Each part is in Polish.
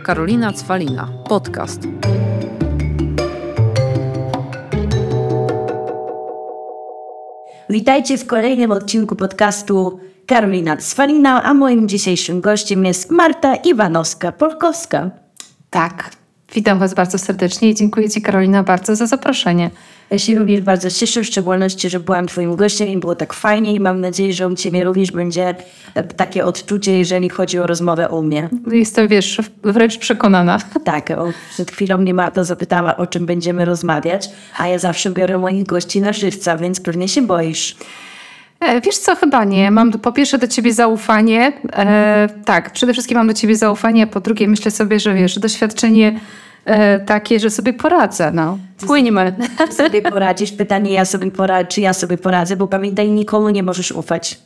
Karolina Cwalina, podcast. Witajcie w kolejnym odcinku podcastu Karolina Cwalina, a moim dzisiejszym gościem jest Marta Iwanowska-Polkowska. Tak, witam Was bardzo serdecznie i dziękuję Ci, Karolina, bardzo za zaproszenie. Ja się również bardzo cieszę, w szczególności, że byłam Twoim gościem i było tak fajnie i mam nadzieję, że u Ciebie również będzie takie odczucie, jeżeli chodzi o rozmowę u mnie. Jestem, wręcz przekonana. Tak, przed chwilą mnie Marta zapytała, o czym będziemy rozmawiać, a ja zawsze biorę moich gości na żywca, więc pewnie się boisz. Wiesz co, chyba nie. Mam po pierwsze do Ciebie zaufanie. Tak, przede wszystkim mam do Ciebie zaufanie, a po drugie myślę sobie, że doświadczenie takie, że sobie poradzę. Płyńmy. Sobie poradzisz. Pytanie, czy ja sobie poradzę, bo pamiętaj, nikomu nie możesz ufać.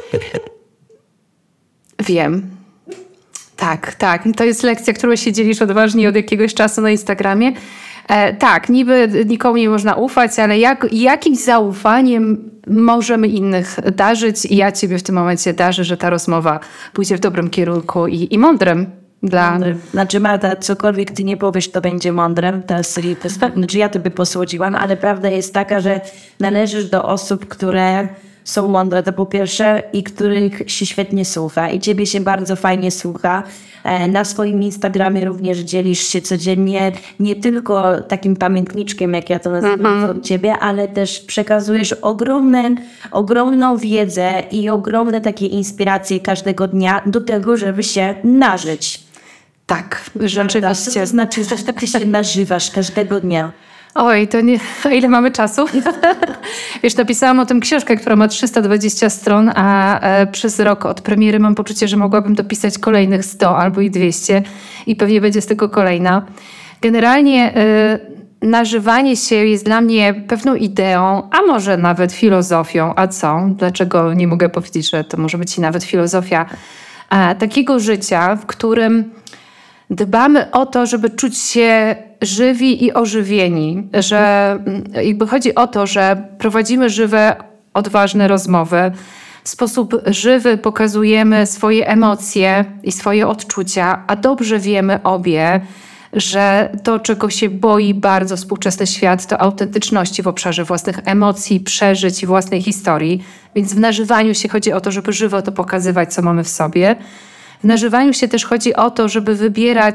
Wiem. Tak. To jest lekcja, którą się dzielisz odważnie od jakiegoś czasu na Instagramie. Tak, niby nikomu nie można ufać, ale jakimś zaufaniem możemy innych darzyć i ja Ciebie w tym momencie darzę, że ta rozmowa pójdzie w dobrym kierunku i mądrym. Znaczy Marta, cokolwiek Ty nie powiesz, to będzie mądre. Znaczy ja Tobie posłodziłam, ale prawda jest taka, że należysz do osób, które są mądre, to po pierwsze, i których się świetnie słucha. I Ciebie się bardzo fajnie słucha. Na swoim Instagramie również dzielisz się codziennie nie tylko takim pamiętniczkiem, jak ja to nazywam od Ciebie, ale też przekazujesz ogromną wiedzę i ogromne takie inspiracje każdego dnia do tego, żeby się nażyć. Tak, rzeczywiście. To znaczy, że Ty się nażywasz każdego dnia. Oj, to nie... A ile mamy czasu? Napisałam o tym książkę, która ma 320 stron, a przez rok od premiery mam poczucie, że mogłabym dopisać kolejnych 100 albo i 200 i pewnie będzie z tego kolejna. Generalnie nażywanie się jest dla mnie pewną ideą, a może nawet filozofią. A co? Dlaczego nie mogę powiedzieć, że to może być i nawet filozofia takiego życia, w którym dbamy o to, żeby czuć się żywi i ożywieni, że chodzi o to, że prowadzimy żywe, odważne rozmowy. W sposób żywy pokazujemy swoje emocje i swoje odczucia, a dobrze wiemy obie, że to, czego się boi bardzo współczesny świat, to autentyczności w obszarze własnych emocji, przeżyć i własnej historii. Więc w nażywaniu się chodzi o to, żeby żywo to pokazywać, co mamy w sobie. W nażywaniu się też chodzi o to, żeby wybierać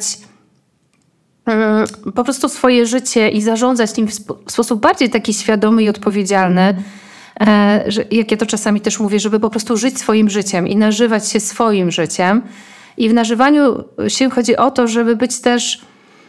po prostu swoje życie i zarządzać nim w sposób bardziej taki świadomy i odpowiedzialny, że, jak ja to czasami też mówię, żeby po prostu żyć swoim życiem i nażywać się swoim życiem. I w nażywaniu się chodzi o to, żeby być też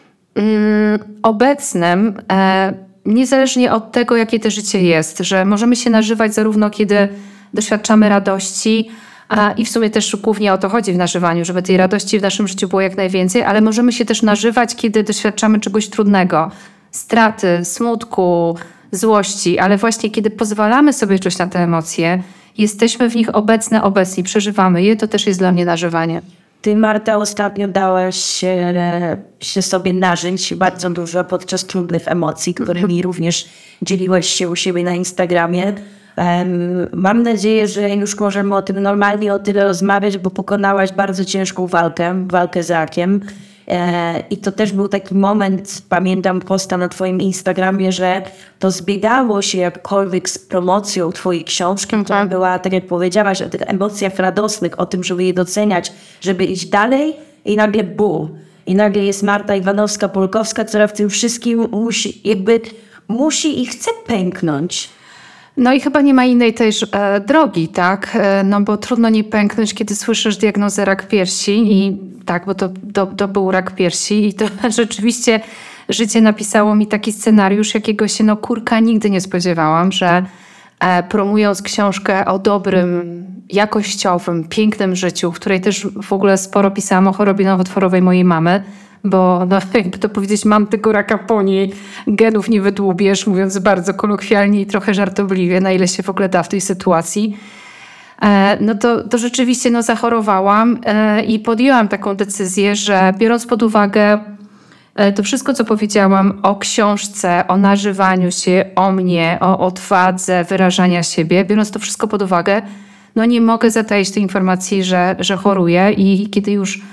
obecnym, niezależnie od tego, jakie to życie jest, że możemy się nażywać zarówno kiedy doświadczamy radości, i w sumie też głównie o to chodzi w nażywaniu, żeby tej radości w naszym życiu było jak najwięcej, ale możemy się też nażywać, kiedy doświadczamy czegoś trudnego, straty, smutku, złości, ale właśnie kiedy pozwalamy sobie czuć na te emocje, jesteśmy w nich obecni, przeżywamy je, to też jest dla mnie nażywanie. Ty, Marta, ostatnio dałaś się sobie nażyć bardzo dużo podczas trudnych emocji, którymi również dzieliłaś się u siebie na Instagramie. Mam nadzieję, że już możemy o tym normalnie o tyle rozmawiać, bo pokonałaś bardzo ciężką walkę z rakiem. I to też był taki moment, pamiętam posta na Twoim Instagramie, że to zbiegało się jakkolwiek z promocją Twojej książki, która była, tak jak powiedziałaś, o tych emocjach radosnych, o tym, żeby je doceniać, żeby iść dalej i nagle I nagle jest Marta Iwanowska-Polkowska, która w tym wszystkim musi i chce pęknąć. No i chyba nie ma innej też drogi, tak? No bo trudno nie pęknąć, kiedy słyszysz diagnozę rak piersi i tak, bo to był rak piersi i to rzeczywiście życie napisało mi taki scenariusz, jakiego się kurka nigdy nie spodziewałam, że promując książkę o dobrym, jakościowym, pięknym życiu, w której też w ogóle sporo pisałam o chorobie nowotworowej mojej mamy, bo jakby to powiedzieć, mam tego raka po niej, genów nie wydłubiesz, mówiąc bardzo kolokwialnie i trochę żartobliwie, na ile się w ogóle da w tej sytuacji. No to rzeczywiście zachorowałam i podjęłam taką decyzję, że biorąc pod uwagę to wszystko, co powiedziałam o książce, o nażywaniu się, o mnie, o odwadze wyrażania siebie, biorąc to wszystko pod uwagę, nie mogę zataić tej informacji, że choruję i kiedy już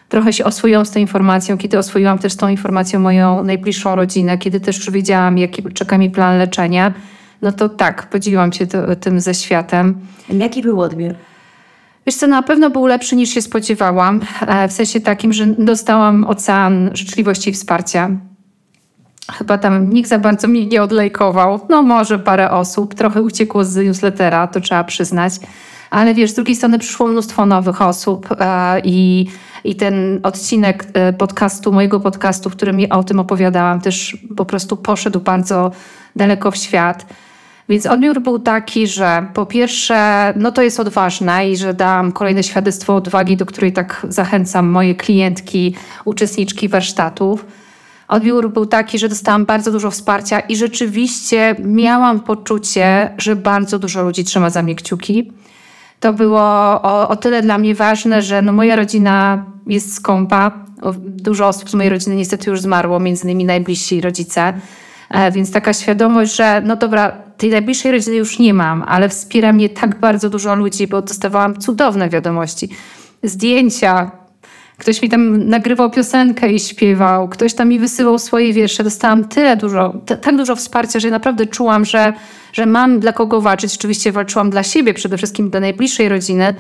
trochę się oswoiłam z tą informacją, kiedy oswoiłam też z tą informacją moją najbliższą rodzinę, kiedy też wiedziałam, jaki czeka mi plan leczenia, no to tak, podzieliłam się tym ze światem. Jaki był odbiór? Wiesz co, na pewno był lepszy niż się spodziewałam, w sensie takim, że dostałam ocean życzliwości i wsparcia. Chyba tam nikt za bardzo mnie nie odlejkował, no może parę osób, trochę uciekło z newslettera, to trzeba przyznać, ale wiesz, z drugiej strony przyszło mnóstwo nowych osób i ten odcinek mojego podcastu, w którym o tym opowiadałam, też po prostu poszedł bardzo daleko w świat. Więc odbiór był taki, że po pierwsze, no to jest odważne i że dałam kolejne świadectwo odwagi, do której tak zachęcam moje klientki, uczestniczki warsztatów. Odbiór był taki, że dostałam bardzo dużo wsparcia i rzeczywiście miałam poczucie, że bardzo dużo ludzi trzyma za mnie kciuki. To było o tyle dla mnie ważne, że no moja rodzina jest skąpa. Dużo osób z mojej rodziny niestety już zmarło, między innymi najbliżsi rodzice. Więc taka świadomość, że no dobra, tej najbliższej rodziny już nie mam, ale wspiera mnie tak bardzo dużo ludzi, bo dostawałam cudowne wiadomości. Zdjęcia, ktoś mi tam nagrywał piosenkę i śpiewał, ktoś tam mi wysyłał swoje wiersze. Dostałam tak dużo wsparcia, że naprawdę czułam, że mam dla kogo walczyć. Oczywiście walczyłam dla siebie, przede wszystkim dla najbliższej rodziny,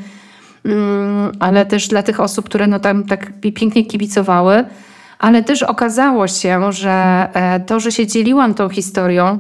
ale też dla tych osób, które no tam tak pięknie kibicowały. Ale też okazało się, że to, że się dzieliłam tą historią,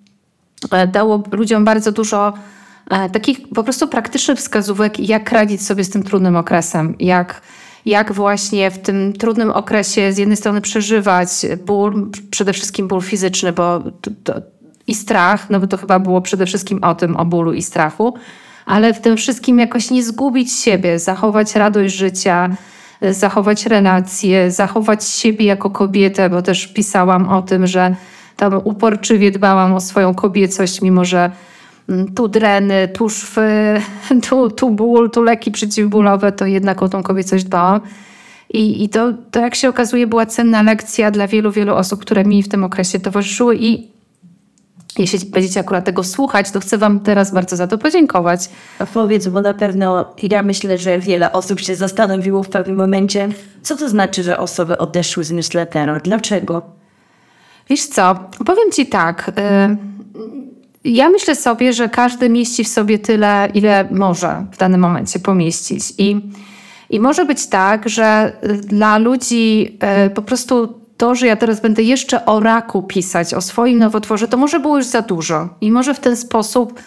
dało ludziom bardzo dużo takich po prostu praktycznych wskazówek, jak radzić sobie z tym trudnym okresem, jak właśnie w tym trudnym okresie z jednej strony przeżywać ból, przede wszystkim ból fizyczny, bo i strach, no bo to chyba było przede wszystkim o bólu i strachu, ale w tym wszystkim jakoś nie zgubić siebie, zachować radość życia, zachować relacje, zachować siebie jako kobietę, bo też pisałam o tym, że tam uporczywie dbałam o swoją kobiecość, mimo że tu dreny, tu szwy, tu ból, tu leki przeciwbólowe, to jednak o tą kobiecość dbałam. I to jak się okazuje była cenna lekcja dla wielu, wielu osób, które mi w tym okresie towarzyszyły i jeśli będziecie akurat tego słuchać, to chcę wam teraz bardzo za to podziękować. A powiedz, bo na pewno ja myślę, że wiele osób się zastanowiło w pewnym momencie, co to znaczy, że osoby odeszły z newslettera. Dlaczego? Wiesz co, powiem ci tak. Ja myślę sobie, że każdy mieści w sobie tyle, ile może w danym momencie pomieścić. I może być tak, że dla ludzi po prostu to, że ja teraz będę jeszcze o raku pisać, o swoim nowotworze, to może było już za dużo. I może w ten sposób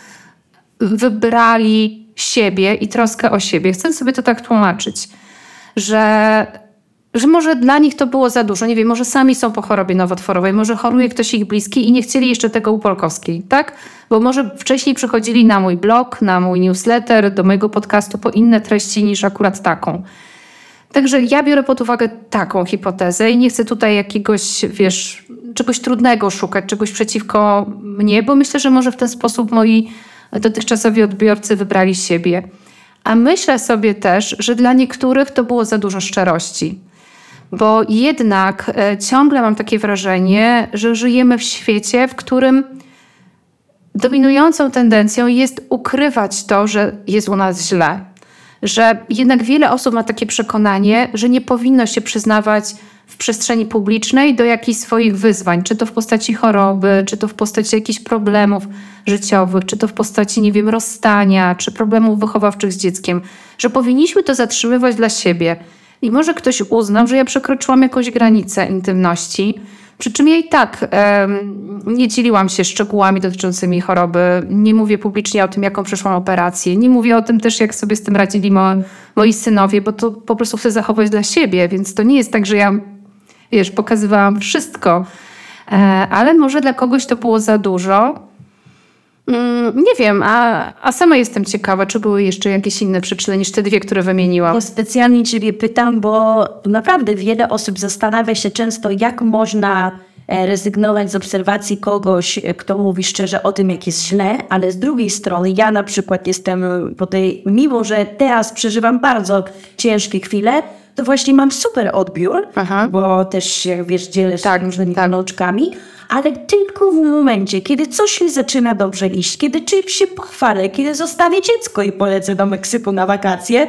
wybrali siebie i troskę o siebie. Chcę sobie to tak tłumaczyć, że może dla nich to było za dużo. Nie wiem, może sami są po chorobie nowotworowej, może choruje ktoś ich bliski i nie chcieli jeszcze tego u Polkowskiej, tak? Bo może wcześniej przychodzili na mój blog, na mój newsletter, do mojego podcastu po inne treści niż akurat taką. Także ja biorę pod uwagę taką hipotezę i nie chcę tutaj jakiegoś, czegoś trudnego szukać, czegoś przeciwko mnie, bo myślę, że może w ten sposób moi dotychczasowi odbiorcy wybrali siebie. A myślę sobie też, że dla niektórych to było za dużo szczerości. Bo jednak ciągle mam takie wrażenie, że żyjemy w świecie, w którym dominującą tendencją jest ukrywać to, że jest u nas źle. Że jednak wiele osób ma takie przekonanie, że nie powinno się przyznawać w przestrzeni publicznej do jakichś swoich wyzwań, czy to w postaci choroby, czy to w postaci jakichś problemów życiowych, czy to w postaci, nie wiem, rozstania, czy problemów wychowawczych z dzieckiem, że powinniśmy to zatrzymywać dla siebie. I może ktoś uznał, że ja przekroczyłam jakąś granicę intymności, przy czym ja i tak nie dzieliłam się szczegółami dotyczącymi choroby, nie mówię publicznie o tym, jaką przeszłam operację, nie mówię o tym też, jak sobie z tym radzili moi synowie, bo to po prostu chcę zachować dla siebie, więc to nie jest tak, że ja, pokazywałam wszystko, ale może dla kogoś to było za dużo. Nie wiem, a sama jestem ciekawa, czy były jeszcze jakieś inne przyczyny niż te dwie, które wymieniłam. Ja specjalnie ciebie pytam, bo naprawdę wiele osób zastanawia się często, jak można rezygnować z obserwacji kogoś, kto mówi szczerze o tym, jak jest źle, ale z drugiej strony ja na przykład jestem mimo że teraz przeżywam bardzo ciężkie chwile, to właśnie mam super odbiór, bo też się, dzielę się różnymi nauczkami, ale tylko w momencie, kiedy coś mi zaczyna dobrze iść, kiedy czymś się pochwalę, kiedy zostawię dziecko i polecę do Meksyku na wakacje,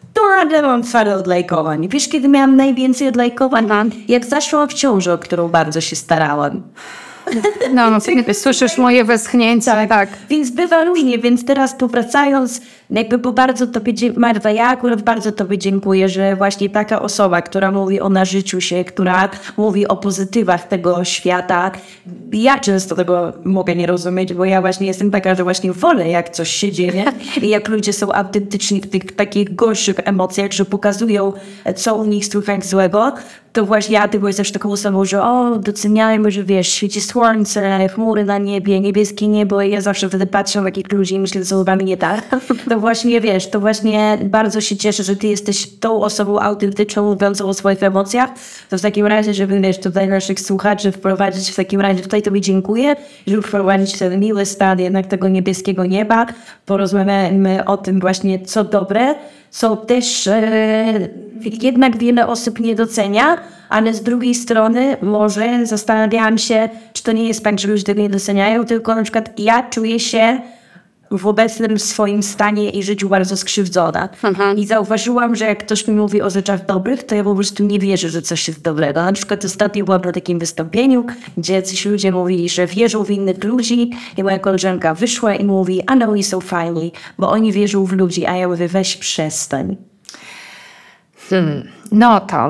to nagle mam parę odlajkowań. Wiesz, kiedy miałam najwięcej odlajkowań? Jak zaszłam w ciążę, o którą bardzo się starałam. No, słyszysz moje westchnięcia, tak. Więc bywa różnie, więc teraz powracając, jakby bo bardzo Tobie, Marta, ja akurat bardzo Tobie dziękuję, że właśnie taka osoba, która mówi o nażyciu się, która mówi o pozytywach tego świata, ja często tego mogę nie rozumieć, bo ja właśnie jestem taka, że właśnie wolę, jak coś się dzieje i jak ludzie są autentyczni w tych takich gorszych emocjach, że pokazują, co u nich słychać złego, to właśnie ja ty byłeś też taką osobą, że doceniajmy, że wiesz, świeci słońce, chmury na niebie, niebieskie niebo i ja zawsze wtedy patrzę na takich ludzi i myślę, że są z wami nie tak. To właśnie wiesz, to właśnie bardzo się cieszę, że ty jesteś tą osobą autentyczną, mówiącą o swoich emocjach. To w takim razie, żeby wiesz, tutaj naszych słuchaczy wprowadzić w takim razie, tutaj tobie dziękuję, żeby wprowadzić ten miły stan jednak tego niebieskiego nieba. Porozmawiamy o tym właśnie, co dobre, co też jednak wiele osób nie docenia, ale z drugiej strony może zastanawiałam się, czy to nie jest tak, że ludzie tego nie doceniają, tylko na przykład ja czuję się w obecnym swoim stanie i życiu bardzo skrzywdzona. I zauważyłam, że jak ktoś mi mówi o rzeczach dobrych, to ja po prostu nie wierzę, że coś jest dobrego. Na przykład ostatnio byłam na takim wystąpieniu, gdzie jacyś ludzie mówili, że wierzą w innych ludzi i moja koleżanka wyszła i mówi, ale oni są fajni, bo oni wierzą w ludzi, a ja mówię, weź przestań. No to...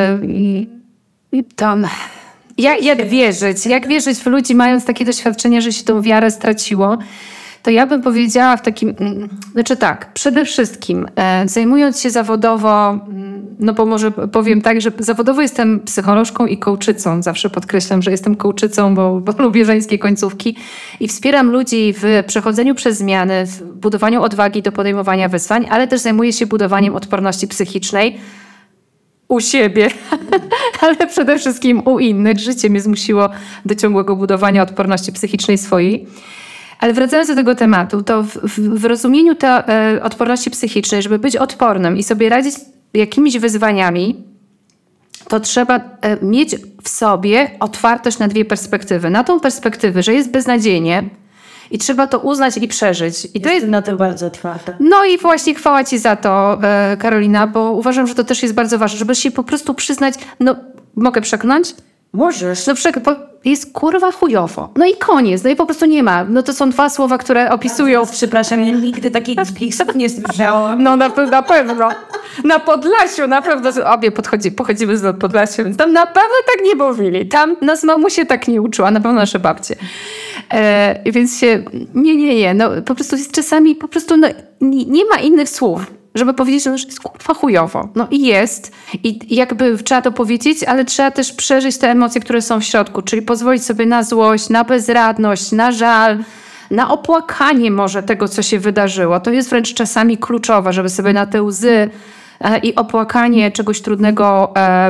Jak wierzyć w ludzi, mając takie doświadczenie, że się tą wiarę straciło, to ja bym powiedziała w takim... Znaczy tak, przede wszystkim zajmując się zawodowo, no bo może powiem tak, że zawodowo jestem psycholożką i coachicą. Zawsze podkreślam, że jestem coachicą, bo lubię żeńskie końcówki i wspieram ludzi w przechodzeniu przez zmiany, w budowaniu odwagi do podejmowania wyzwań, ale też zajmuję się budowaniem odporności psychicznej u siebie, ale przede wszystkim u innych. Życie mnie zmusiło do ciągłego budowania odporności psychicznej swojej. Ale wracając do tego tematu, to w rozumieniu tej odporności psychicznej, żeby być odpornym i sobie radzić z jakimiś wyzwaniami, to trzeba mieć w sobie otwartość na dwie perspektywy. Na tą perspektywę, że jest beznadziejnie i trzeba to uznać i przeżyć. I to jest na to bardzo otwarte. No i właśnie chwała ci za to, Karolina, bo uważam, że to też jest bardzo ważne, żeby się po prostu przyznać, no mogę przekonać? Możesz. No jest kurwa chujowo. No i koniec. No i po prostu nie ma. No to są dwa słowa, które opisują... Przepraszam, ja nigdy takich słów nie słyszałam. No na pewno. Na Podlasiu na pewno. Obie pochodzimy z Podlasia, więc tam na pewno tak nie mówili. Tam nas mamusie tak nie uczyła, na pewno nasze babcie. Więc się... Nie. No po prostu jest czasami po prostu... No, nie ma innych słów, żeby powiedzieć, że jest kurwa chujowo. No i jest. I jakby trzeba to powiedzieć, ale trzeba też przeżyć te emocje, które są w środku. Czyli pozwolić sobie na złość, na bezradność, na żal, na opłakanie może tego, co się wydarzyło. To jest wręcz czasami kluczowe, żeby sobie na te łzy i opłakanie czegoś trudnego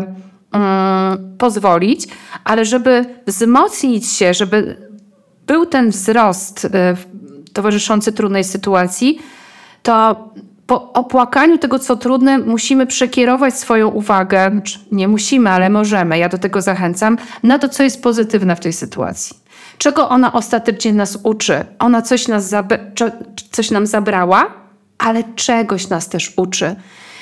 pozwolić, ale żeby wzmocnić się, żeby był ten wzrost towarzyszący trudnej sytuacji, to po opłakaniu tego, co trudne, musimy przekierować swoją uwagę, nie musimy, ale możemy, ja do tego zachęcam, na to, co jest pozytywne w tej sytuacji. Czego ona ostatecznie nas uczy? Ona coś nam zabrała, ale czegoś nas też uczy.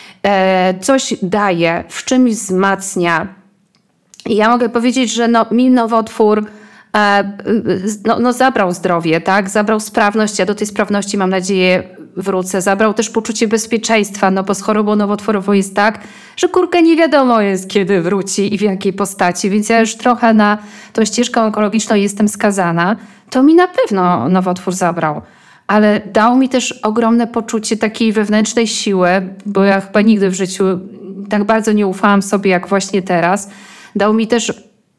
Coś daje, w czymś wzmacnia. I ja mogę powiedzieć, że mi nowotwór zabrał zdrowie, tak? Zabrał sprawność. Ja do tej sprawności, mam nadzieję, wrócę. Zabrał też poczucie bezpieczeństwa, bo z chorobą nowotworową jest tak, że kurka nie wiadomo jest, kiedy wróci i w jakiej postaci, więc ja już trochę na tą ścieżkę onkologiczną jestem skazana. To mi na pewno nowotwór zabrał, ale dał mi też ogromne poczucie takiej wewnętrznej siły, bo ja chyba nigdy w życiu tak bardzo nie ufałam sobie, jak właśnie teraz. Dał mi też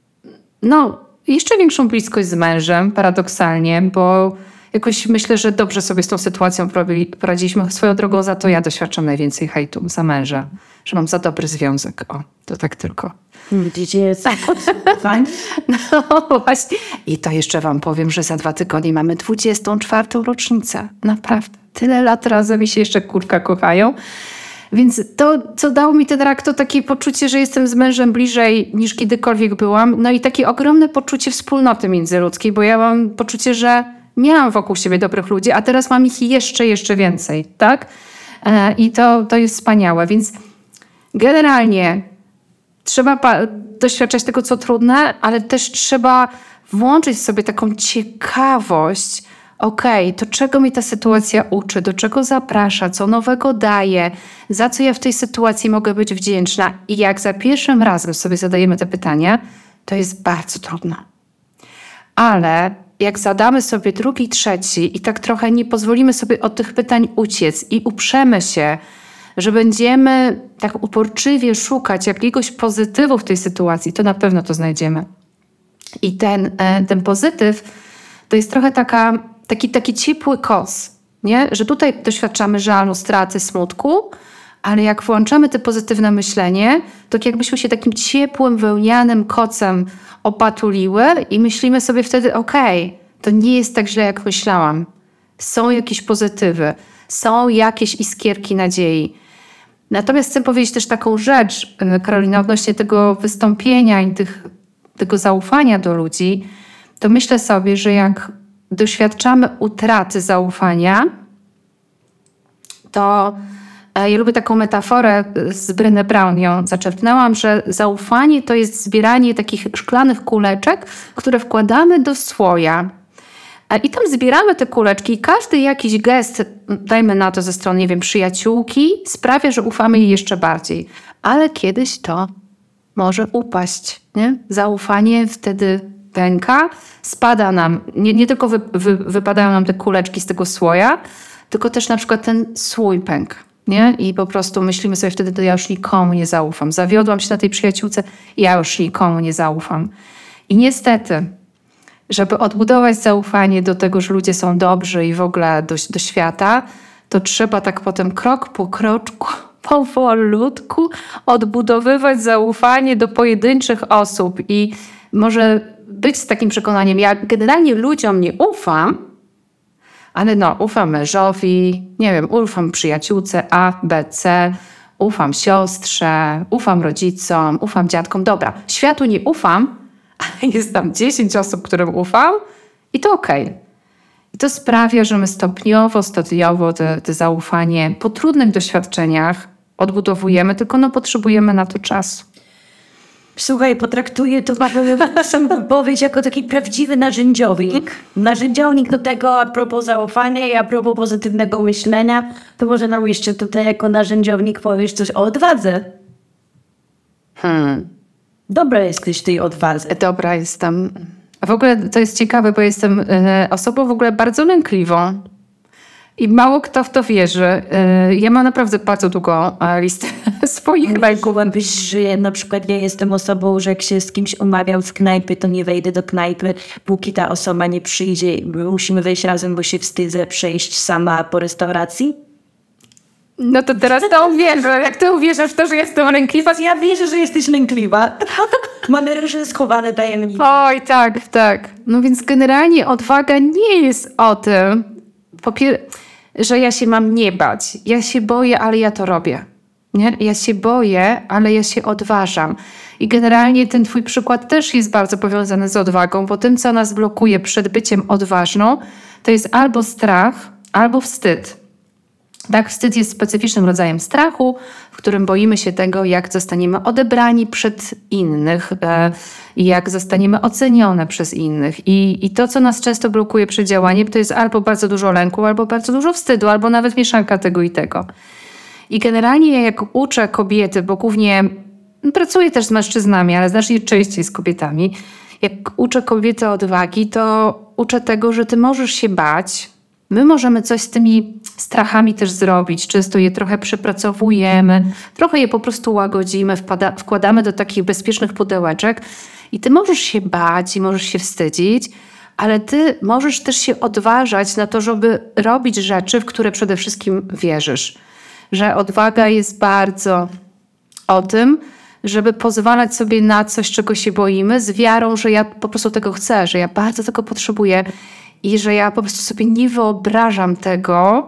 jeszcze większą bliskość z mężem, paradoksalnie, bo jakoś myślę, że dobrze sobie z tą sytuacją poradziliśmy. Swoją drogą za to ja doświadczam najwięcej hejtu za męża, że mam za dobry związek. To tak tylko. Widzicie, jest fajnie. No właśnie. I to jeszcze wam powiem, że za 2 tygodnie mamy 24. rocznicę. Naprawdę. Tyle lat razem i się jeszcze kurka kochają. Więc to, co dało mi ten rak, to takie poczucie, że jestem z mężem bliżej niż kiedykolwiek byłam. No i takie ogromne poczucie wspólnoty międzyludzkiej, bo ja mam poczucie, że miałam wokół siebie dobrych ludzi, a teraz mam ich jeszcze więcej, tak? I to jest wspaniałe. Więc generalnie trzeba doświadczać tego, co trudne, ale też trzeba włączyć sobie taką ciekawość. To czego mi ta sytuacja uczy, do czego zaprasza, co nowego daje, za co ja w tej sytuacji mogę być wdzięczna. I jak za pierwszym razem sobie zadajemy te pytania, to jest bardzo trudno. Ale jak zadamy sobie drugi, trzeci i tak trochę nie pozwolimy sobie od tych pytań uciec i uprzemy się, że będziemy tak uporczywie szukać jakiegoś pozytywu w tej sytuacji, to na pewno to znajdziemy. I ten pozytyw to jest trochę taki ciepły koc, nie? Że tutaj doświadczamy żalu, straty, smutku, ale jak włączamy te pozytywne myślenie, to jakbyśmy się takim ciepłym, wełnianym kocem opatuliły i myślimy sobie wtedy, to nie jest tak źle, jak myślałam. Są jakieś pozytywy, są jakieś iskierki nadziei. Natomiast chcę powiedzieć też taką rzecz, Karolina, odnośnie tego wystąpienia i tego zaufania do ludzi, to myślę sobie, że jak doświadczamy utraty zaufania, to ja lubię taką metaforę, z Brené Brown ją zaczerpnęłam, że zaufanie to jest zbieranie takich szklanych kuleczek, które wkładamy do słoja. I tam zbieramy te kuleczki i każdy jakiś gest, dajmy na to ze strony, przyjaciółki, sprawia, że ufamy jej jeszcze bardziej. Ale kiedyś to może upaść, nie? Zaufanie wtedy pęka, spada nam, nie tylko wypadają nam te kuleczki z tego słoja, tylko też na przykład ten słój pęka. Nie? I po prostu myślimy sobie wtedy, to ja już nikomu nie zaufam. Zawiodłam się na tej przyjaciółce, ja już nikomu nie zaufam. I niestety, żeby odbudować zaufanie do tego, że ludzie są dobrzy i w ogóle do świata, to trzeba tak potem krok po kroczku, powolutku odbudowywać zaufanie do pojedynczych osób. I może być z takim przekonaniem, ja generalnie ludziom nie ufam, ale ufam mężowi, ufam przyjaciółce A, B, C, ufam siostrze, ufam rodzicom, ufam dziadkom. Dobra, światu nie ufam, ale jest tam 10 osób, którym ufam i to okej. I to sprawia, że my stopniowo te zaufanie po trudnych doświadczeniach odbudowujemy, tylko potrzebujemy na to czasu. Słuchaj, potraktuję to waszą wypowiedź jako taki prawdziwy narzędziownik. Narzędziownik do tego a propos zaufania i a propos pozytywnego myślenia. To może nam jeszcze tutaj jako narzędziownik powiesz coś o odwadze. Dobra jesteś w tej odwadze. Dobra jestem. A w ogóle to jest ciekawe, bo jestem osobą w ogóle bardzo lękliwą. I mało kto w to wierzy. Ja mam naprawdę bardzo długą listę swoich lęków. Że ja na przykład nie jestem osobą, że jak się z kimś umawiam w knajpie, to nie wejdę do knajpy, póki ta osoba nie przyjdzie. Musimy wejść razem, bo się wstydzę przejść sama po restauracji. No to teraz to uwierzę. Jak ty uwierzysz w to, że jestem lękliwa? Ja wierzę, że jesteś lękliwa. Mamy różne schowane tajemnice. Oj, tak. No więc generalnie odwaga nie jest o tym, że ja się mam nie bać. Ja się boję, ale ja to robię. Nie? Ja się boję, ale ja się odważam. I generalnie ten twój przykład też jest bardzo powiązany z odwagą, bo tym, co nas blokuje przed byciem odważną, to jest albo strach, albo wstyd. Tak, wstyd jest specyficznym rodzajem strachu, w którym boimy się tego, jak zostaniemy odebrani przez innych, jak zostaniemy ocenione przez innych. I to, co nas często blokuje przed działaniem, to jest albo bardzo dużo lęku, albo bardzo dużo wstydu, albo nawet mieszanka tego i tego. I generalnie jak uczę kobiety, bo głównie pracuję też z mężczyznami, ale znacznie częściej z kobietami, jak uczę kobiety odwagi, to uczę tego, że ty możesz się bać. My możemy coś z tymi strachami też zrobić. Często je trochę przepracowujemy, trochę je po prostu łagodzimy, wkładamy do takich bezpiecznych pudełeczek i ty możesz się bać i możesz się wstydzić, ale ty możesz też się odważać na to, żeby robić rzeczy, w które przede wszystkim wierzysz. Że odwaga jest bardzo o tym, żeby pozwalać sobie na coś, czego się boimy, z wiarą, że ja po prostu tego chcę, że ja bardzo tego potrzebuję i że ja po prostu sobie nie wyobrażam tego,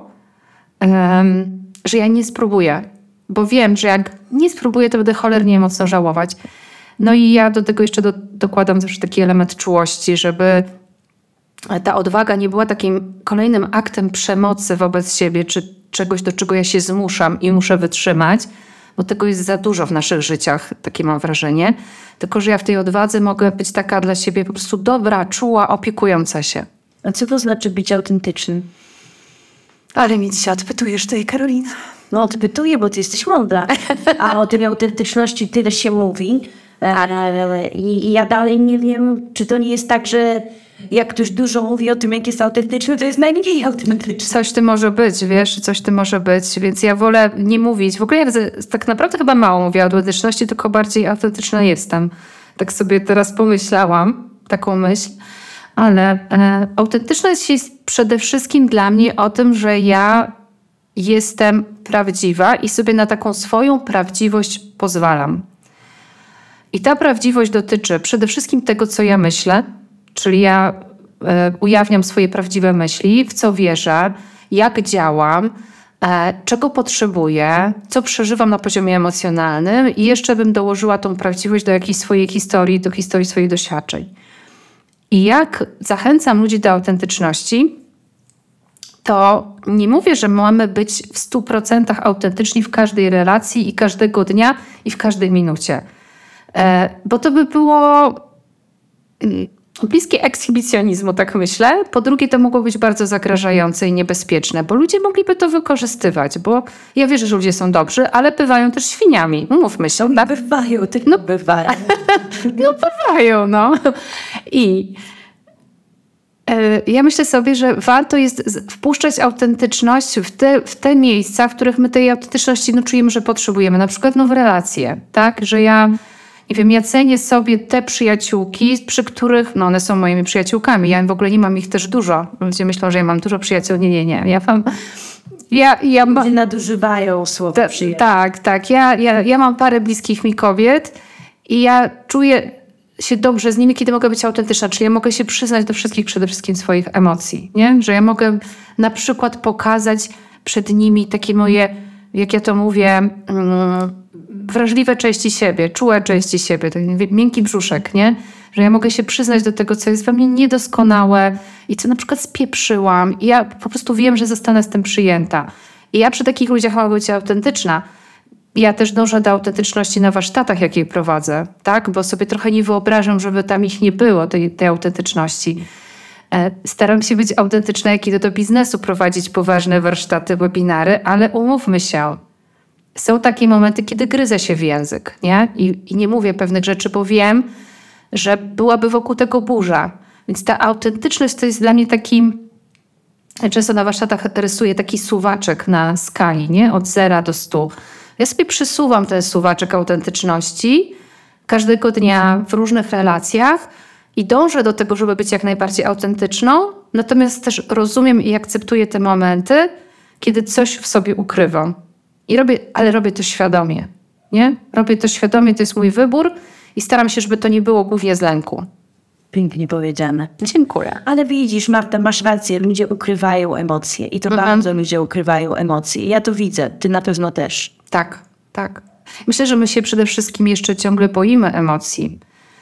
że ja nie spróbuję. Bo wiem, że jak nie spróbuję, to będę cholernie mocno żałować. No i ja do tego jeszcze dokładam też taki element czułości, żeby ta odwaga nie była takim kolejnym aktem przemocy wobec siebie, czegoś, do czego ja się zmuszam i muszę wytrzymać, bo tego jest za dużo w naszych życiach, takie mam wrażenie. Tylko że ja w tej odwadze mogę być taka dla siebie po prostu dobra, czuła, opiekująca się. A co to znaczy być autentycznym? Ale mi dzisiaj odpytujesz tej, Karolina. No odpytuję, bo ty jesteś mądra. A o tej autentyczności tyle się mówi. I ja dalej nie wiem, czy to nie jest tak, że jak ktoś dużo mówi o tym, jak jest autentyczny, to jest najmniej autentyczny. Coś ty może być, wiesz, coś ty może być, więc ja wolę nie mówić. W ogóle ja tak naprawdę chyba mało mówię o autentyczności, tylko bardziej autentyczna jestem. Tak sobie teraz pomyślałam, taką myśl. Ale autentyczność jest przede wszystkim dla mnie o tym, że ja jestem prawdziwa i sobie na taką swoją prawdziwość pozwalam. I ta prawdziwość dotyczy przede wszystkim tego, co ja myślę, czyli ja ujawniam swoje prawdziwe myśli, w co wierzę, jak działam, czego potrzebuję, co przeżywam na poziomie emocjonalnym i jeszcze bym dołożyła tą prawdziwość do jakiejś swojej historii, do historii swoich doświadczeń. I jak zachęcam ludzi do autentyczności, to nie mówię, że mamy być w 100% autentyczni w każdej relacji i każdego dnia i w każdej minucie. Bo to by było bliskie ekshibicjonizmu, tak myślę. Po drugie, to mogło być bardzo zagrażające i niebezpieczne, bo ludzie mogliby to wykorzystywać, bo ja wierzę, że ludzie są dobrzy, ale bywają też świniami. Mówmy się. No bywają, tylko bywają. No bywają, no. I ja myślę sobie, że warto jest wpuszczać autentyczność w te miejsca, w których my tej autentyczności czujemy, że potrzebujemy. Na przykład w relacje, tak? Że ja, nie wiem, ja cenię sobie te przyjaciółki, przy których, one są moimi przyjaciółkami. Ja w ogóle nie mam ich też dużo. Ludzie myślą, że ja mam dużo przyjaciół. Nie. Ludzie nadużywają słowa przyjaciół. Tak. Ja mam parę bliskich mi kobiet i ja czuję się dobrze z nimi, kiedy mogę być autentyczna, czyli ja mogę się przyznać do wszystkich, przede wszystkim swoich emocji, nie? Że ja mogę na przykład pokazać przed nimi takie moje, jak ja to mówię, wrażliwe części siebie, czułe części siebie, taki miękki brzuszek, nie? Że ja mogę się przyznać do tego, co jest we mnie niedoskonałe i co na przykład spieprzyłam i ja po prostu wiem, że zostanę z tym przyjęta. I ja przy takich ludziach mogę być autentyczna. Ja też dążę do autentyczności na warsztatach, jakie prowadzę, tak? Bo sobie trochę nie wyobrażam, żeby tam ich nie było, tej autentyczności. Staram się być autentyczna, jak idę do biznesu, prowadzić poważne warsztaty, webinary, ale umówmy się, są takie momenty, kiedy gryzę się w język, nie? I nie mówię pewnych rzeczy, bo wiem, że byłaby wokół tego burza. Więc ta autentyczność to jest dla mnie takim, często na warsztatach rysuję taki suwaczek na skali, nie? Od 0 do 100. Ja sobie przysuwam ten suwaczek autentyczności każdego dnia w różnych relacjach i dążę do tego, żeby być jak najbardziej autentyczną, natomiast też rozumiem i akceptuję te momenty, kiedy coś w sobie ukrywam. Ale robię to świadomie, nie? Robię to świadomie, to jest mój wybór i staram się, żeby to nie było głównie z lęku. Pięknie powiedziane. Dziękuję. Ale widzisz, Marta, masz rację, ludzie ukrywają emocje i to bardzo ludzie ukrywają emocje. Ja to widzę, ty na pewno też. Tak. Myślę, że my się przede wszystkim jeszcze ciągle boimy emocji.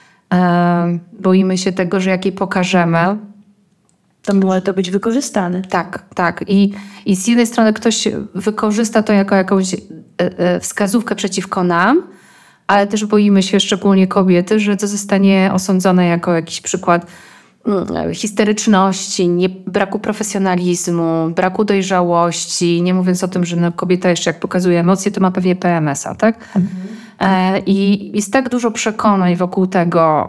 Boimy się tego, że jak je pokażemy, to może to być wykorzystane. Tak. I z jednej strony ktoś wykorzysta to jako jakąś wskazówkę przeciwko nam, ale też boimy się, szczególnie kobiety, że to zostanie osądzone jako jakiś przykład histeryczności, braku profesjonalizmu, braku dojrzałości, nie mówiąc o tym, że kobieta jeszcze jak pokazuje emocje, to ma pewnie PMS-a, tak? I jest tak dużo przekonań wokół tego,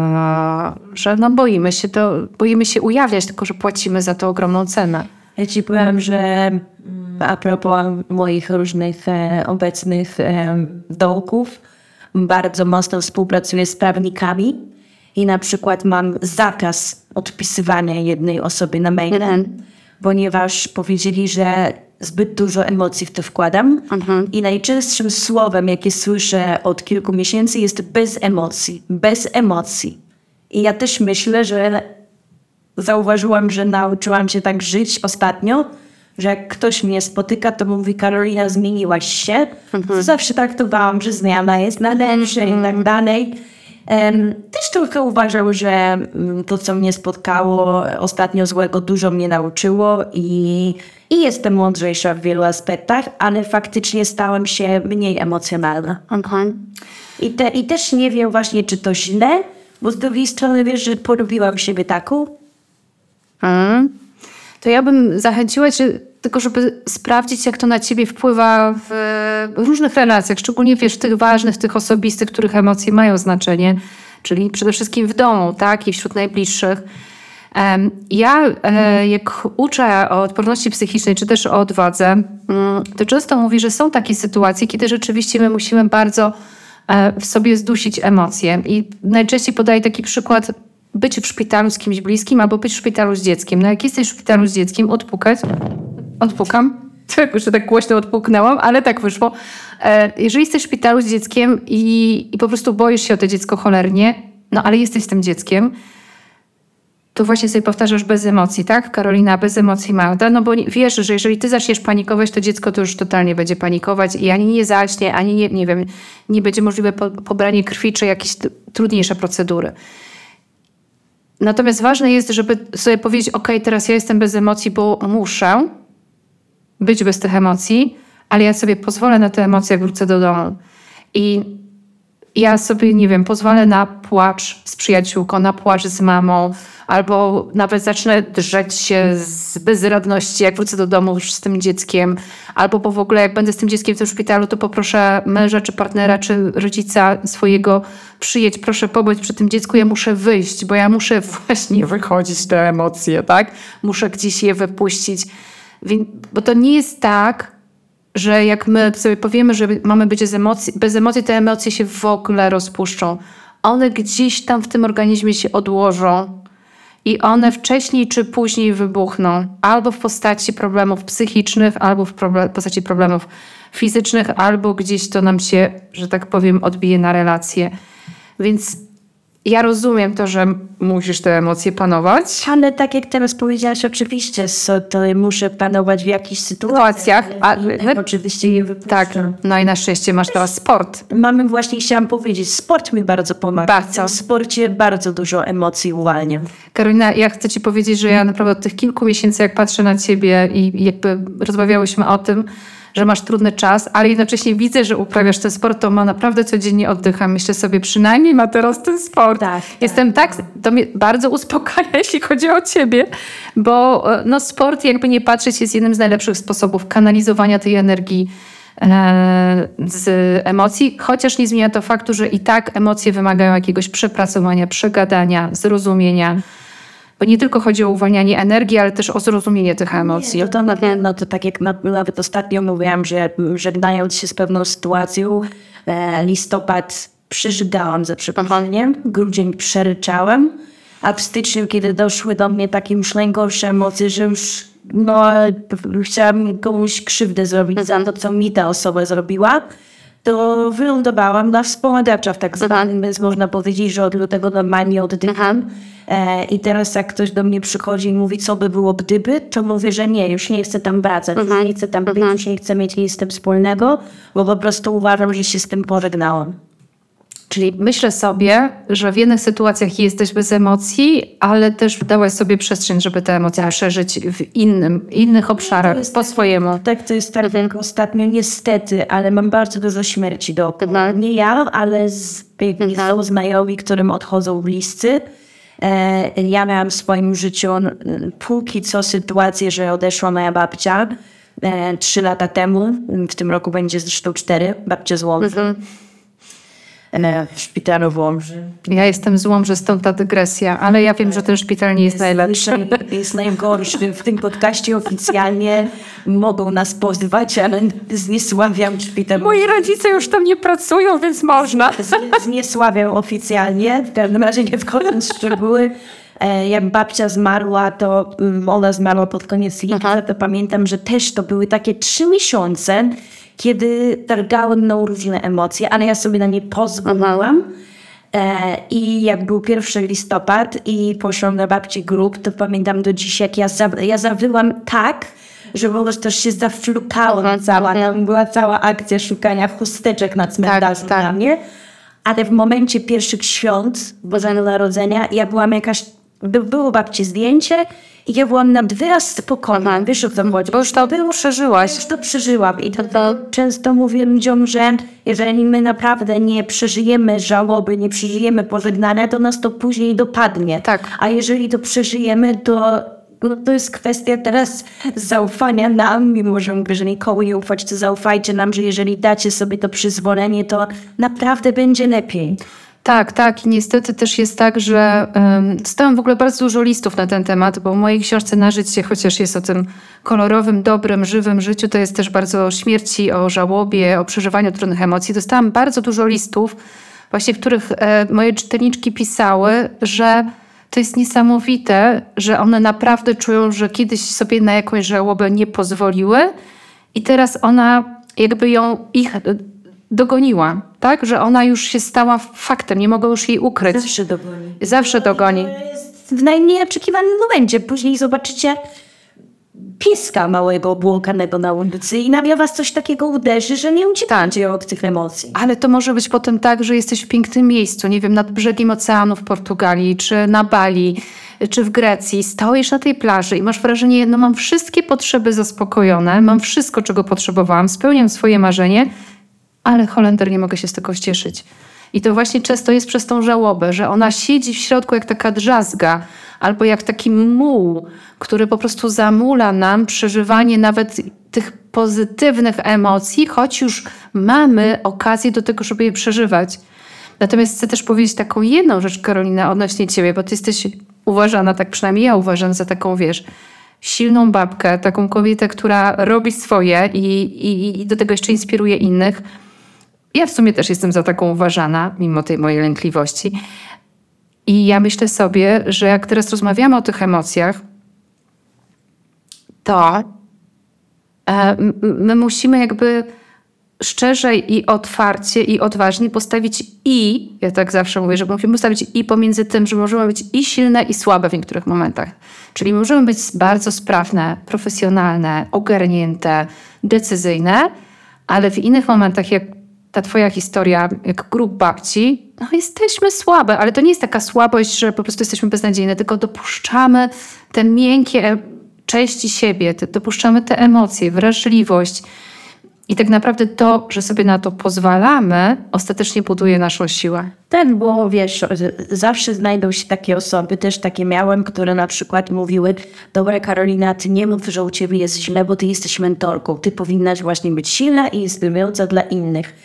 że boimy się ujawniać, tylko że płacimy za to ogromną cenę. Ja ci powiem, że a propos moich różnych obecnych dołków, bardzo mocno współpracuję z prawnikami i na przykład mam zakaz odpisywania jednej osoby na maila, ponieważ powiedzieli, że zbyt dużo emocji w to wkładam i najczęstszym słowem, jakie słyszę od kilku miesięcy, jest bez emocji. Bez emocji. I ja też myślę, że zauważyłam, że nauczyłam się tak żyć ostatnio, że jak ktoś mnie spotyka, to mówi: Karolina, zmieniłaś się. Zawsze traktowałam, że zmiana jest na lepsze i tak dalej. Też trochę uważam, że to, co mnie spotkało ostatnio złego, dużo mnie nauczyło i jestem mądrzejsza w wielu aspektach, ale faktycznie stałam się mniej emocjonalna. I też nie wiem właśnie, czy to źle, bo z drugiej strony wiesz, że polubiłam siebie taką. To ja bym zachęciła cię tylko, żeby sprawdzić, jak to na ciebie wpływa w różnych relacjach, szczególnie wiesz, tych ważnych, tych osobistych, których emocje mają znaczenie, czyli przede wszystkim w domu, tak, i wśród najbliższych. Jak uczę o odporności psychicznej, czy też o odwadze, to często mówię, że są takie sytuacje, kiedy rzeczywiście my musimy bardzo w sobie zdusić emocje. I najczęściej podaję taki przykład: być w szpitalu z kimś bliskim albo być w szpitalu z dzieckiem. No jak jesteś w szpitalu z dzieckiem, odpukam. Już tak głośno odpuknęłam, ale tak wyszło. Jeżeli jesteś w szpitalu z dzieckiem i po prostu boisz się o to dziecko cholernie, no ale jesteś z tym dzieckiem, to właśnie sobie powtarzasz bez emocji, tak? Karolina, bez emocji, Magda, no bo wiesz, że jeżeli ty zaczniesz panikować, to dziecko to już totalnie będzie panikować i ani nie zaśnie, ani nie będzie możliwe pobranie krwi czy jakieś trudniejsze procedury. Natomiast ważne jest, żeby sobie powiedzieć: ok, teraz ja jestem bez emocji, bo muszę być bez tych emocji, ale ja sobie pozwolę na te emocje, jak wrócę do domu. I ja sobie, pozwolę na płacz z przyjaciółką, na płacz z mamą, albo nawet zacznę drzeć się z bezradności, jak wrócę do domu już z tym dzieckiem, albo w ogóle jak będę z tym dzieckiem w tym szpitalu, to poproszę męża, czy partnera, czy rodzica swojego: przyjedź, proszę pobyć przy tym dziecku, ja muszę wyjść, bo ja muszę właśnie wychodzić te emocje, tak? Muszę gdzieś je wypuścić. Bo to nie jest tak, że jak my sobie powiemy, że mamy być bez emocji, te emocje się w ogóle rozpuszczą. One gdzieś tam w tym organizmie się odłożą i one wcześniej czy później wybuchną. Albo w postaci problemów psychicznych, albo w postaci problemów fizycznych, albo gdzieś to nam się, że tak powiem, odbije na relacje. Więc ja rozumiem to, że musisz te emocje panować. Ale tak jak teraz powiedziałaś, oczywiście, to muszę panować w jakichś sytuacjach. Ale oczywiście je wypuszczam. Tak, no i na szczęście masz teraz sport. Chciałam powiedzieć, sport mi bardzo pomaga. Bardzo. W sporcie bardzo dużo emocji uwalnia. Karolina, ja chcę ci powiedzieć, że ja naprawdę od tych kilku miesięcy, jak patrzę na ciebie i jakby rozmawiałyśmy o tym, że masz trudny czas, ale jednocześnie widzę, że uprawiasz ten sport, to naprawdę codziennie oddycham. Myślę sobie, przynajmniej ma teraz ten sport. Tak. Jestem to mnie bardzo uspokaja, jeśli chodzi o ciebie, bo sport, jakby nie patrzeć, jest jednym z najlepszych sposobów kanalizowania tej energii z emocji, chociaż nie zmienia to faktu, że i tak emocje wymagają jakiegoś przepracowania, przegadania, zrozumienia. Bo nie tylko chodzi o uwalnianie energii, ale też o zrozumienie tych emocji. To tak jak nawet ostatnio mówiłam, że żegnając się z pewną sytuacją, listopad przeżygałam ze przeproszeniem, grudzień przeryczałam, a w styczniu, kiedy doszły do mnie takie już najgorsze emocje, że już chciałam komuś krzywdę zrobić za to, co mi ta osoba zrobiła, to wylądowałam na wspomagaczach tak zwanym, więc można powiedzieć, że od lutego normalnie oddycham. I teraz jak ktoś do mnie przychodzi i mówi, co by było gdyby, to mówię, że nie, już nie chcę tam wracać, nie chcę tam być, już nie chcę mieć nic z tym wspólnego, bo po prostu uważam, że się z tym pożegnałam. Czyli myślę sobie, że w jednych sytuacjach jesteś bez emocji, ale też dałaś sobie przestrzeń, żeby te emocje przeżyć w innych obszarach, po swojemu. Tak, to jest tak ostatnio niestety, ale mam bardzo dużo śmierci dookoła. Nie ja, ale z znajomi, którym odchodzą bliscy. Ja miałam w swoim życiu póki co sytuację, że odeszła moja babcia 3 lata temu. W tym roku będzie zresztą 4, babcia z Łomży. W szpitalu w Łomży. Ja jestem z Łomży, stąd ta dygresja, ale ja wiem, że ten szpital nie jest najlepszy. Jest najgorszy. W tym podcaście oficjalnie mogą nas pozwać, ale zniesławiam szpital. Moi rodzice już tam nie pracują, więc można. Zniesławiam oficjalnie, w każdym razie nie wchodząc w szczegóły. Jak babcia zmarła, to ona zmarła pod koniec lipca, to pamiętam, że też to były takie 3 miesiące, kiedy targały mną różne emocje, ale ja sobie na nie pozwalałam. I jak był 1 listopad i poszłam na babci grób, to pamiętam do dziś, jak ja zawyłam tak, że po prostu też się zaflukałam cała. Tam była cała akcja szukania chusteczek na cmentarzu dla mnie. ale w momencie pierwszych świąt Bożego Narodzenia ja byłam było babci zdjęcie i ja byłam nad wyraz spokojna, wiesz o co chodzi. Bo już to przeżyłaś. Już to przeżyłam i to często mówię ludziom, że jeżeli my naprawdę nie przeżyjemy żałoby, nie przeżyjemy pożegnania, to nas to później dopadnie. Tak. A jeżeli to przeżyjemy, to jest kwestia teraz zaufania nam, mimo że jeżeli nikomu nie ufać, to zaufajcie nam, że jeżeli dacie sobie to przyzwolenie, to naprawdę będzie lepiej. Tak. I niestety też jest tak, że dostałam w ogóle bardzo dużo listów na ten temat, bo w mojej książce Na życie, chociaż jest o tym kolorowym, dobrym, żywym życiu, to jest też bardzo o śmierci, o żałobie, o przeżywaniu trudnych emocji. Dostałam bardzo dużo listów, właśnie w których moje czytelniczki pisały, że to jest niesamowite, że one naprawdę czują, że kiedyś sobie na jakąś żałobę nie pozwoliły i teraz ona jakby ich dogoniła, tak? Że ona już się stała faktem, nie mogą już jej ukryć. Zawsze dogoni. To jest w najmniej oczekiwanym momencie. Później zobaczycie pieska małego, obłąkanego na ulicy i nagle was coś takiego uderzy, że nie uciekacie od tych emocji. Ale to może być potem tak, że jesteś w pięknym miejscu, nie wiem, nad brzegiem oceanu w Portugalii, czy na Bali, czy w Grecji. Stoisz na tej plaży i masz wrażenie, no mam wszystkie potrzeby zaspokojone, mam wszystko, czego potrzebowałam, spełniam swoje marzenie, ale Holender, nie mogę się z tego cieszyć. I to właśnie często jest przez tą żałobę, że ona siedzi w środku jak taka drzazga, albo jak taki muł, który po prostu zamula nam przeżywanie nawet tych pozytywnych emocji, choć już mamy okazję do tego, żeby je przeżywać. Natomiast chcę też powiedzieć taką jedną rzecz, Karolina, odnośnie ciebie, bo ty jesteś uważana, tak przynajmniej ja uważam, za taką, wiesz, silną babkę, taką kobietę, która robi swoje i do tego jeszcze inspiruje innych. Ja w sumie też jestem za taką uważana, mimo tej mojej lękliwości. I ja myślę sobie, że jak teraz rozmawiamy o tych emocjach, to my musimy jakby szczerze i otwarcie i odważnie postawić ja tak zawsze mówię, że musimy postawić pomiędzy tym, że możemy być i silne, i słabe w niektórych momentach. Czyli możemy być bardzo sprawne, profesjonalne, ogarnięte, decyzyjne, ale w innych momentach, jak ta twoja historia, jak grup babci, no jesteśmy słabe, ale to nie jest taka słabość, że po prostu jesteśmy beznadziejne, tylko dopuszczamy te miękkie części siebie, dopuszczamy te emocje, wrażliwość. I tak naprawdę to, że sobie na to pozwalamy, ostatecznie buduje naszą siłę. Tak, bo wiesz, zawsze znajdą się takie osoby, też takie miałem, które na przykład mówiły: dobra Karolina, ty nie mów, że u ciebie jest źle, bo ty jesteś mentorką. Ty powinnaś właśnie być silna i inspirująca dla innych.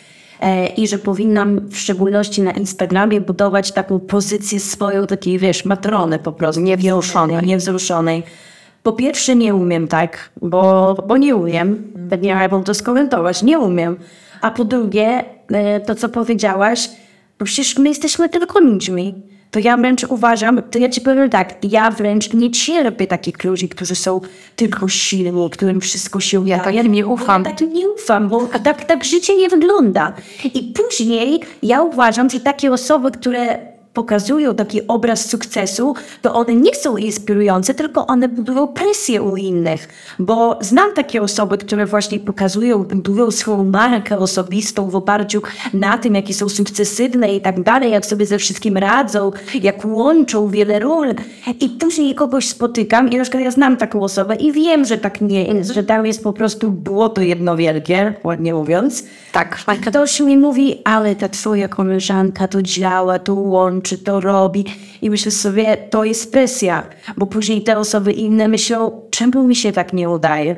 I że powinnam w szczególności na Instagramie budować taką pozycję swoją, takiej wiesz, matrony po prostu. Niewzruszonej. Po pierwsze nie umiem tak, bo nie umiem. Pewnie mogę to skomentować, nie umiem. A po drugie, to co powiedziałaś, bo przecież my jesteśmy tylko ludźmi. To ja wręcz uważam, to ja ci powiem tak, ja wręcz nie cierpię takich ludzi, którzy są tylko silni, którym wszystko się udaje. Ja tak nie ufam. Ja tak nie ufam, bo tak życie nie wygląda. I później ja uważam, że takie osoby, które pokazują taki obraz sukcesu, to one nie są inspirujące, tylko one budują presję u innych. Bo znam takie osoby, które właśnie budują swoją markę osobistą w oparciu na tym, jakie są sukcesywne i tak dalej, jak sobie ze wszystkim radzą, jak łączą wiele ról. I później kogoś spotykam i na przykład ja znam taką osobę i wiem, że tak nie jest, że tam jest po prostu błoto jedno wielkie, ładnie mówiąc. Tak. A ktoś mi mówi, ale ta twoja koleżanka to działa, to łączy, to robi. I myślę sobie, to jest presja, bo później te osoby inne myślą, czemu mi się tak nie udaje.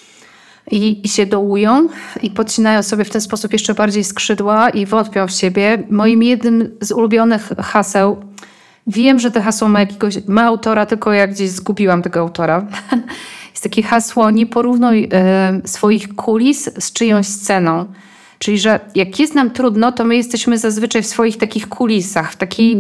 I się dołują i podcinają sobie w ten sposób jeszcze bardziej skrzydła i wątpią w siebie. Moim jednym z ulubionych haseł, wiem, że to hasło ma autora, tylko ja gdzieś zgubiłam tego autora. Jest takie hasło: nie porównuj swoich kulis z czyjąś sceną. Czyli, że jak jest nam trudno, to my jesteśmy zazwyczaj w swoich takich kulisach, w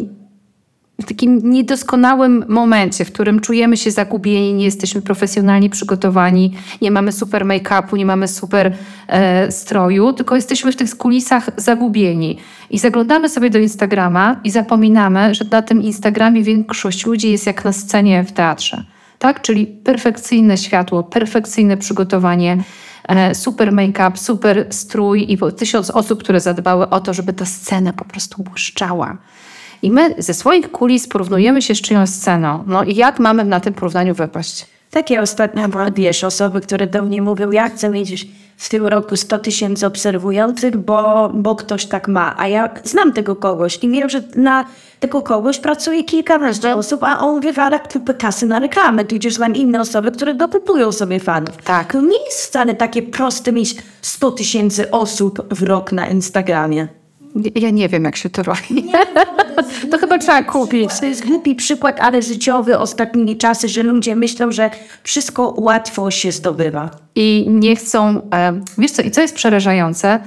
takim niedoskonałym momencie, w którym czujemy się zagubieni, nie jesteśmy profesjonalnie przygotowani, nie mamy super make-upu, nie mamy super stroju, tylko jesteśmy w tych kulisach zagubieni. I zaglądamy sobie do Instagrama i zapominamy, że na tym Instagramie większość ludzi jest jak na scenie w teatrze. tak? Czyli perfekcyjne światło, perfekcyjne przygotowanie, super make-up, super strój i 1000 osób, które zadbały o to, żeby ta scena po prostu błyszczała. I my ze swoich kulis porównujemy się z czyjąś sceną. No i jak mamy na tym porównaniu wypaść? Takie ostatnio, wiesz, osoby, które do mnie mówią, ja chcę mieć w tym roku 100 000 obserwujących, bo ktoś tak ma. A ja znam tego kogoś i wiem, że na tego kogoś pracuje kilkanaście osób, a on wywala kupę kasy na reklamę. Tudzież mam inne osoby, które dokupują sobie fanów. Tak. To nie jest wcale takie proste mieć 100 000 osób w rok na Instagramie. Ja nie wiem, jak się to robi. To chyba trzeba kupić. To jest głupi przykład, ale życiowy ostatnimi czasy, że ludzie myślą, że wszystko łatwo się zdobywa. I nie chcą... Wiesz co, i co jest przerażające?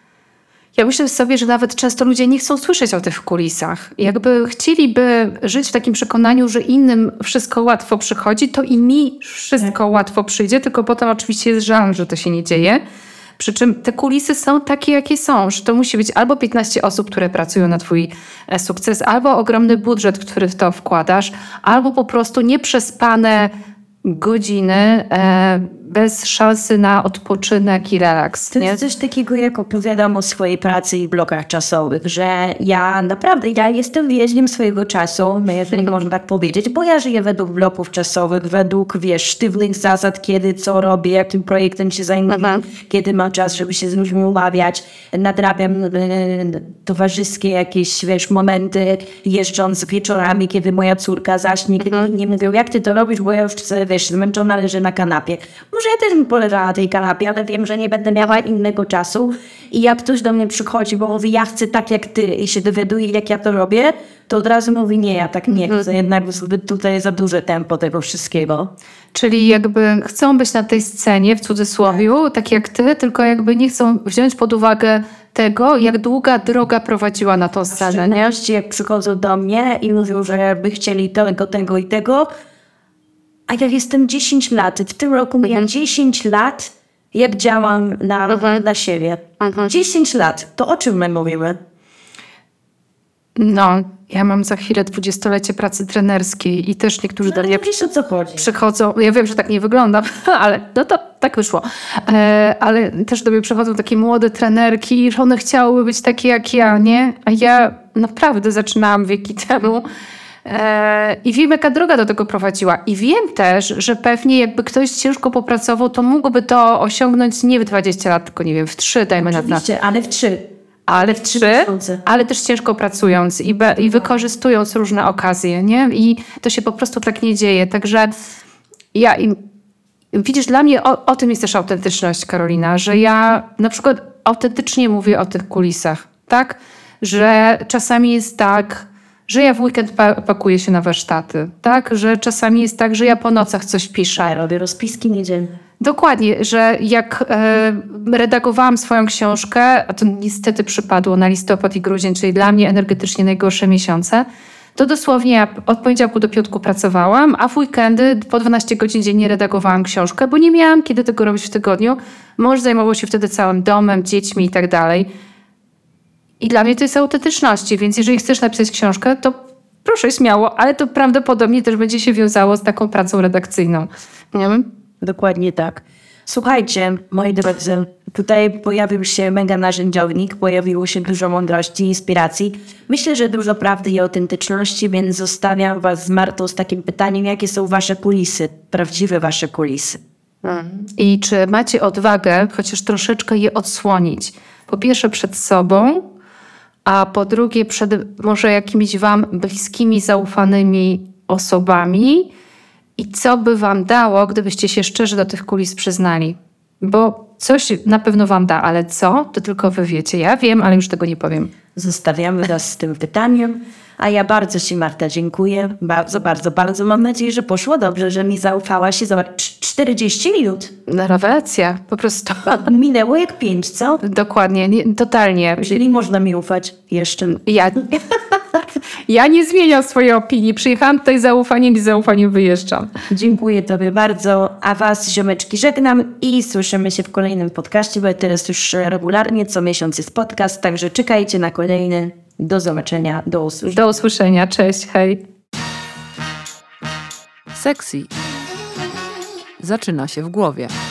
Ja myślę sobie, że nawet często ludzie nie chcą słyszeć o tych kulisach. Jakby chcieliby żyć w takim przekonaniu, że innym wszystko łatwo przychodzi, to i mi wszystko łatwo przyjdzie, tylko potem oczywiście jest żal, że to się nie dzieje. Przy czym te kulisy są takie, jakie są, że to musi być albo 15 osób, które pracują na twój sukces, albo ogromny budżet, który w to wkładasz, albo po prostu nieprzespane godziny bez szansy na odpoczynek i relaks. To jest coś takiego, jak opowiadam o swojej pracy i blokach czasowych, że ja naprawdę, ja jestem więźniem swojego czasu, jeżeli można tak powiedzieć, bo ja żyję według bloków czasowych, według, wiesz, sztywnych zasad, kiedy co robię, jakim projektem się zajmuję, kiedy mam czas, żeby się z ludźmi umawiać, nadrabiam towarzyskie jakieś, wiesz, momenty, jeżdżąc wieczorami, kiedy moja córka zaśnie, kiedy nie mówią, jak ty to robisz, bo ja już, wiesz, zmęczona leżę na kanapie. Może ja też bym poleżała na tej kanapie, ale wiem, że nie będę miała innego czasu. I jak ktoś do mnie przychodzi, bo mówi, ja chcę tak jak ty i się dowiaduje, jak ja to robię, to od razu mówi, nie, ja tak nie chcę. Jednak tutaj jest za duże tempo tego wszystkiego. Czyli jakby chcą być na tej scenie, w cudzysłowiu, tak jak ty, tylko jakby nie chcą wziąć pod uwagę tego, jak długa droga prowadziła na tą scenę. Nie? Jak przychodzą do mnie i mówią, że by chcieli tego i tego, a ja jestem 10 lat. W tym roku miałam 10 lat, jak działam na siebie. 10 lat. To o czym my mówimy? No, ja mam za chwilę 20-lecie pracy trenerskiej i też niektórzy do mnie Wiesz, o co chodzi? przychodzą. Ja wiem, że tak nie wyglądam, ale no to tak wyszło. Ale też do mnie przychodzą takie młode trenerki, że one chciałyby być takie jak ja, nie? A ja naprawdę zaczynałam wieki temu. I wiem, jaka droga do tego prowadziła. I wiem też, że pewnie jakby ktoś ciężko popracował, to mógłby to osiągnąć nie w 20 lat, tylko nie wiem, w 3, dajmy na to. Oczywiście, ale w 3. Ale w 3, ale też ciężko pracując i wykorzystując różne okazje, nie? I to się po prostu tak nie dzieje. Także widzisz, dla mnie o tym jest też autentyczność, Karolina, że ja na przykład autentycznie mówię o tych kulisach, tak? Że czasami jest tak, że ja w weekend pakuję się na warsztaty, tak? Że czasami jest tak, że ja po nocach coś piszę. Ja robię rozpiski niedzielne. Dokładnie, że jak redagowałam swoją książkę, a to niestety przypadło na listopad i grudzień, czyli dla mnie energetycznie najgorsze miesiące, to dosłownie ja od poniedziałku do piątku pracowałam, a w weekendy po 12 godzin dziennie redagowałam książkę, bo nie miałam kiedy tego robić w tygodniu. Mąż zajmował się wtedy całym domem, dziećmi i tak dalej. I dla mnie to jest autentyczności, więc jeżeli chcesz napisać książkę, to proszę śmiało, ale to prawdopodobnie też będzie się wiązało z taką pracą redakcyjną. Nie wiem? Dokładnie tak. Słuchajcie, moi drodzy, tutaj pojawił się mega narzędziownik, pojawiło się dużo mądrości, inspiracji. Myślę, że dużo prawdy i autentyczności, więc zostawiam was z Martą z takim pytaniem, jakie są wasze kulisy, prawdziwe wasze kulisy. I czy macie odwagę chociaż troszeczkę je odsłonić? Po pierwsze przed sobą, a po drugie przed może jakimiś wam bliskimi, zaufanymi osobami. I co by wam dało, gdybyście się szczerze do tych kulis przyznali? Bo coś na pewno wam da, ale co? To tylko wy wiecie. Ja wiem, ale już tego nie powiem. Zostawiamy was z tym pytaniem. A ja bardzo ci, Marta, dziękuję. Bardzo, bardzo, bardzo. Mam nadzieję, że poszło dobrze, że mi zaufałaś. Zobacz, 40 minut. Rewelacja, po prostu. Minęło jak 5, co? Dokładnie, totalnie. Czyli można mi ufać jeszcze. Ja nie zmieniam swojej opinii. Przyjechałam tutaj z zaufaniem i z zaufaniem wyjeżdżam. Dziękuję tobie bardzo, a was, ziomeczki, żegnam i słyszymy się w kolejnym podcaście, bo teraz już regularnie co miesiąc jest podcast, także czekajcie na kolejny. Do zobaczenia, do usłyszenia. Do usłyszenia, cześć, hej. Sexy zaczyna się w głowie.